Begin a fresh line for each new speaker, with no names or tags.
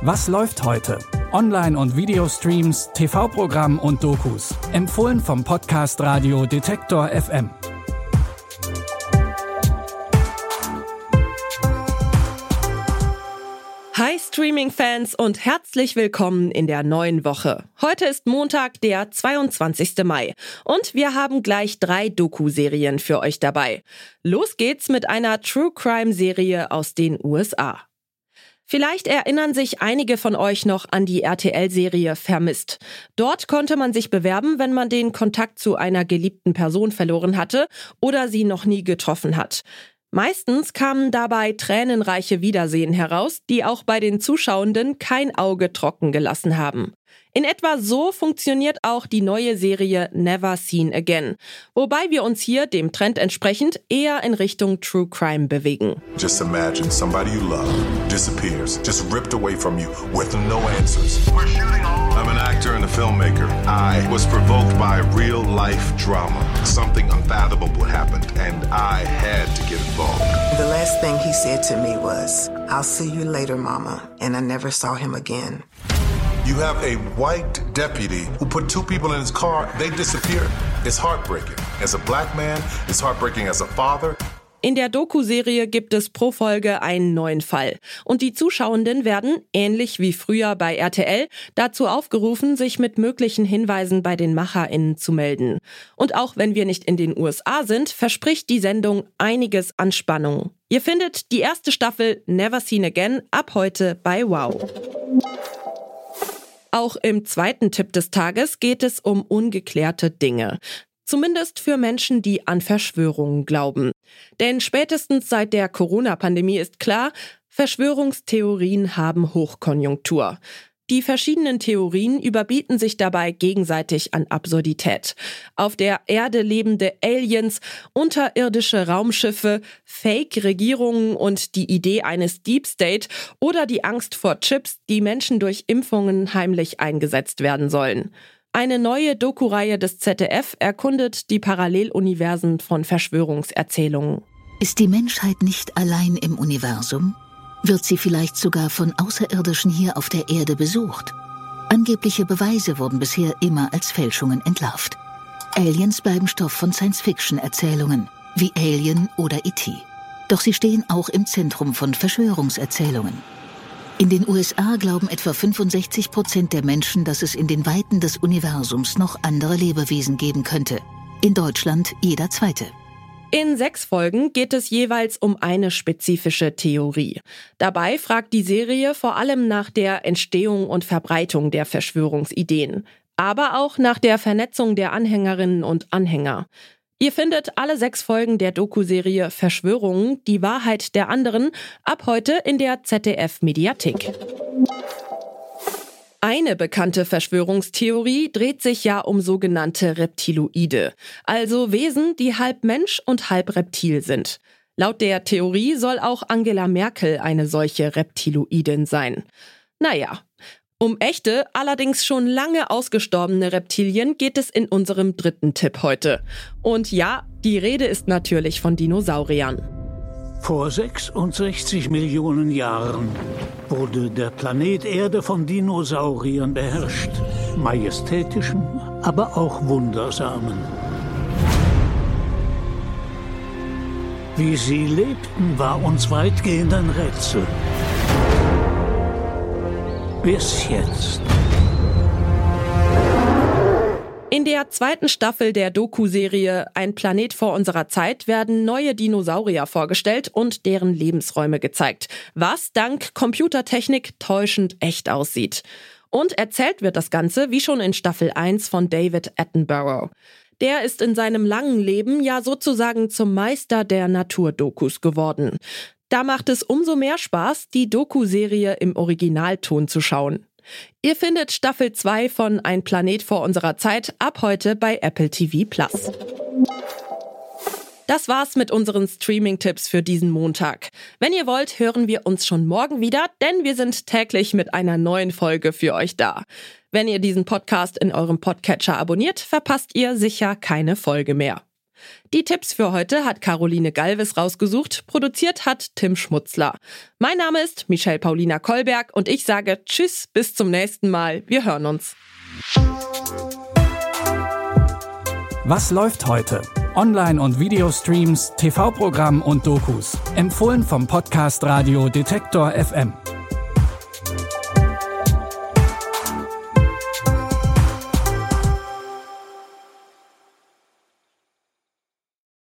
Was läuft heute? Online- und Videostreams, TV-Programm und Dokus. Empfohlen vom Podcast Radio Detektor FM.
Hi Streaming-Fans und herzlich willkommen in der neuen Woche. Heute ist Montag, der 22. Mai und wir haben gleich 3 Doku-Serien für euch dabei. Los geht's mit einer True-Crime-Serie aus den USA. Vielleicht erinnern sich einige von euch noch an die RTL-Serie Vermisst. Dort konnte man sich bewerben, wenn man den Kontakt zu einer geliebten Person verloren hatte oder sie noch nie getroffen hat. Meistens kamen dabei tränenreiche Wiedersehen heraus, die auch bei den Zuschauenden kein Auge trocken gelassen haben. In etwa so funktioniert auch die neue Serie Never Seen Again, wobei wir uns hier dem Trend entsprechend eher in Richtung True Crime bewegen.
Just imagine somebody you love disappears, just ripped away from you with no answers. We're shooting all. I'm an actor and a filmmaker. I was provoked by real-life drama. Something unfathomable happened, and I had to get involved.
The last thing he said to me was, "I'll see you later, Mama," and I never saw him again.
You have a white deputy who put 2 people in his car. They disappeared. It's heartbreaking. As a black man, it's heartbreaking as a father.
In der Doku-Serie gibt es pro Folge einen neuen Fall. Und die Zuschauenden werden, ähnlich wie früher bei RTL, dazu aufgerufen, sich mit möglichen Hinweisen bei den MacherInnen zu melden. Und auch wenn wir nicht in den USA sind, verspricht die Sendung einiges an Spannung. Ihr findet die erste Staffel Never Seen Again ab heute bei WOW. Auch im zweiten Tipp des Tages geht es um ungeklärte Dinge. Zumindest für Menschen, die an Verschwörungen glauben. Denn spätestens seit der Corona-Pandemie ist klar, Verschwörungstheorien haben Hochkonjunktur. Die verschiedenen Theorien überbieten sich dabei gegenseitig an Absurdität. Auf der Erde lebende Aliens, unterirdische Raumschiffe, Fake-Regierungen und die Idee eines Deep State oder die Angst vor Chips, die Menschen durch Impfungen heimlich eingesetzt werden sollen. Eine neue Doku-Reihe des ZDF erkundet die Paralleluniversen von Verschwörungserzählungen.
Ist die Menschheit nicht allein im Universum? Wird sie vielleicht sogar von Außerirdischen hier auf der Erde besucht? Angebliche Beweise wurden bisher immer als Fälschungen entlarvt. Aliens bleiben Stoff von Science-Fiction-Erzählungen, wie Alien oder E.T. Doch sie stehen auch im Zentrum von Verschwörungserzählungen. In den USA glauben etwa 65% der Menschen, dass es in den Weiten des Universums noch andere Lebewesen geben könnte. In Deutschland jeder zweite.
In 6 Folgen geht es jeweils um eine spezifische Theorie. Dabei fragt die Serie vor allem nach der Entstehung und Verbreitung der Verschwörungsideen, aber auch nach der Vernetzung der Anhängerinnen und Anhänger. Ihr findet alle 6 Folgen der Doku-Serie Verschwörungen, die Wahrheit der anderen, ab heute in der ZDF-Mediathek. Eine bekannte Verschwörungstheorie dreht sich ja um sogenannte Reptiloide, also Wesen, die halb Mensch und halb Reptil sind. Laut der Theorie soll auch Angela Merkel eine solche Reptiloidin sein. Naja, um echte, allerdings schon lange ausgestorbene Reptilien geht es in unserem 3. Tipp heute. Und ja, die Rede ist natürlich von Dinosauriern.
Vor 66 Millionen Jahren wurde der Planet Erde von Dinosauriern beherrscht. Majestätischen, aber auch wundersamen. Wie sie lebten, war uns weitgehend ein Rätsel. Bis jetzt.
In der 2. Staffel der Doku-Serie Ein Planet vor unserer Zeit werden neue Dinosaurier vorgestellt und deren Lebensräume gezeigt, was dank Computertechnik täuschend echt aussieht. Und erzählt wird das Ganze wie schon in Staffel 1 von David Attenborough. Der ist in seinem langen Leben ja sozusagen zum Meister der Naturdokus geworden. Da macht es umso mehr Spaß, die Doku-Serie im Originalton zu schauen. Ihr findet Staffel 2 von Ein Planet vor unserer Zeit ab heute bei Apple TV+. Das war's mit unseren Streaming-Tipps für diesen Montag. Wenn ihr wollt, hören wir uns schon morgen wieder, denn wir sind täglich mit einer neuen Folge für euch da. Wenn ihr diesen Podcast in eurem Podcatcher abonniert, verpasst ihr sicher keine Folge mehr. Die Tipps für heute hat Caroline Galvis rausgesucht, produziert hat Tim Schmutzler. Mein Name ist Michelle Paulina Kolberg und ich sage Tschüss, bis zum nächsten Mal. Wir hören uns.
Was läuft heute? Online- und Videostreams, TV-Programm und Dokus. Empfohlen vom Podcast Radio Detektor FM.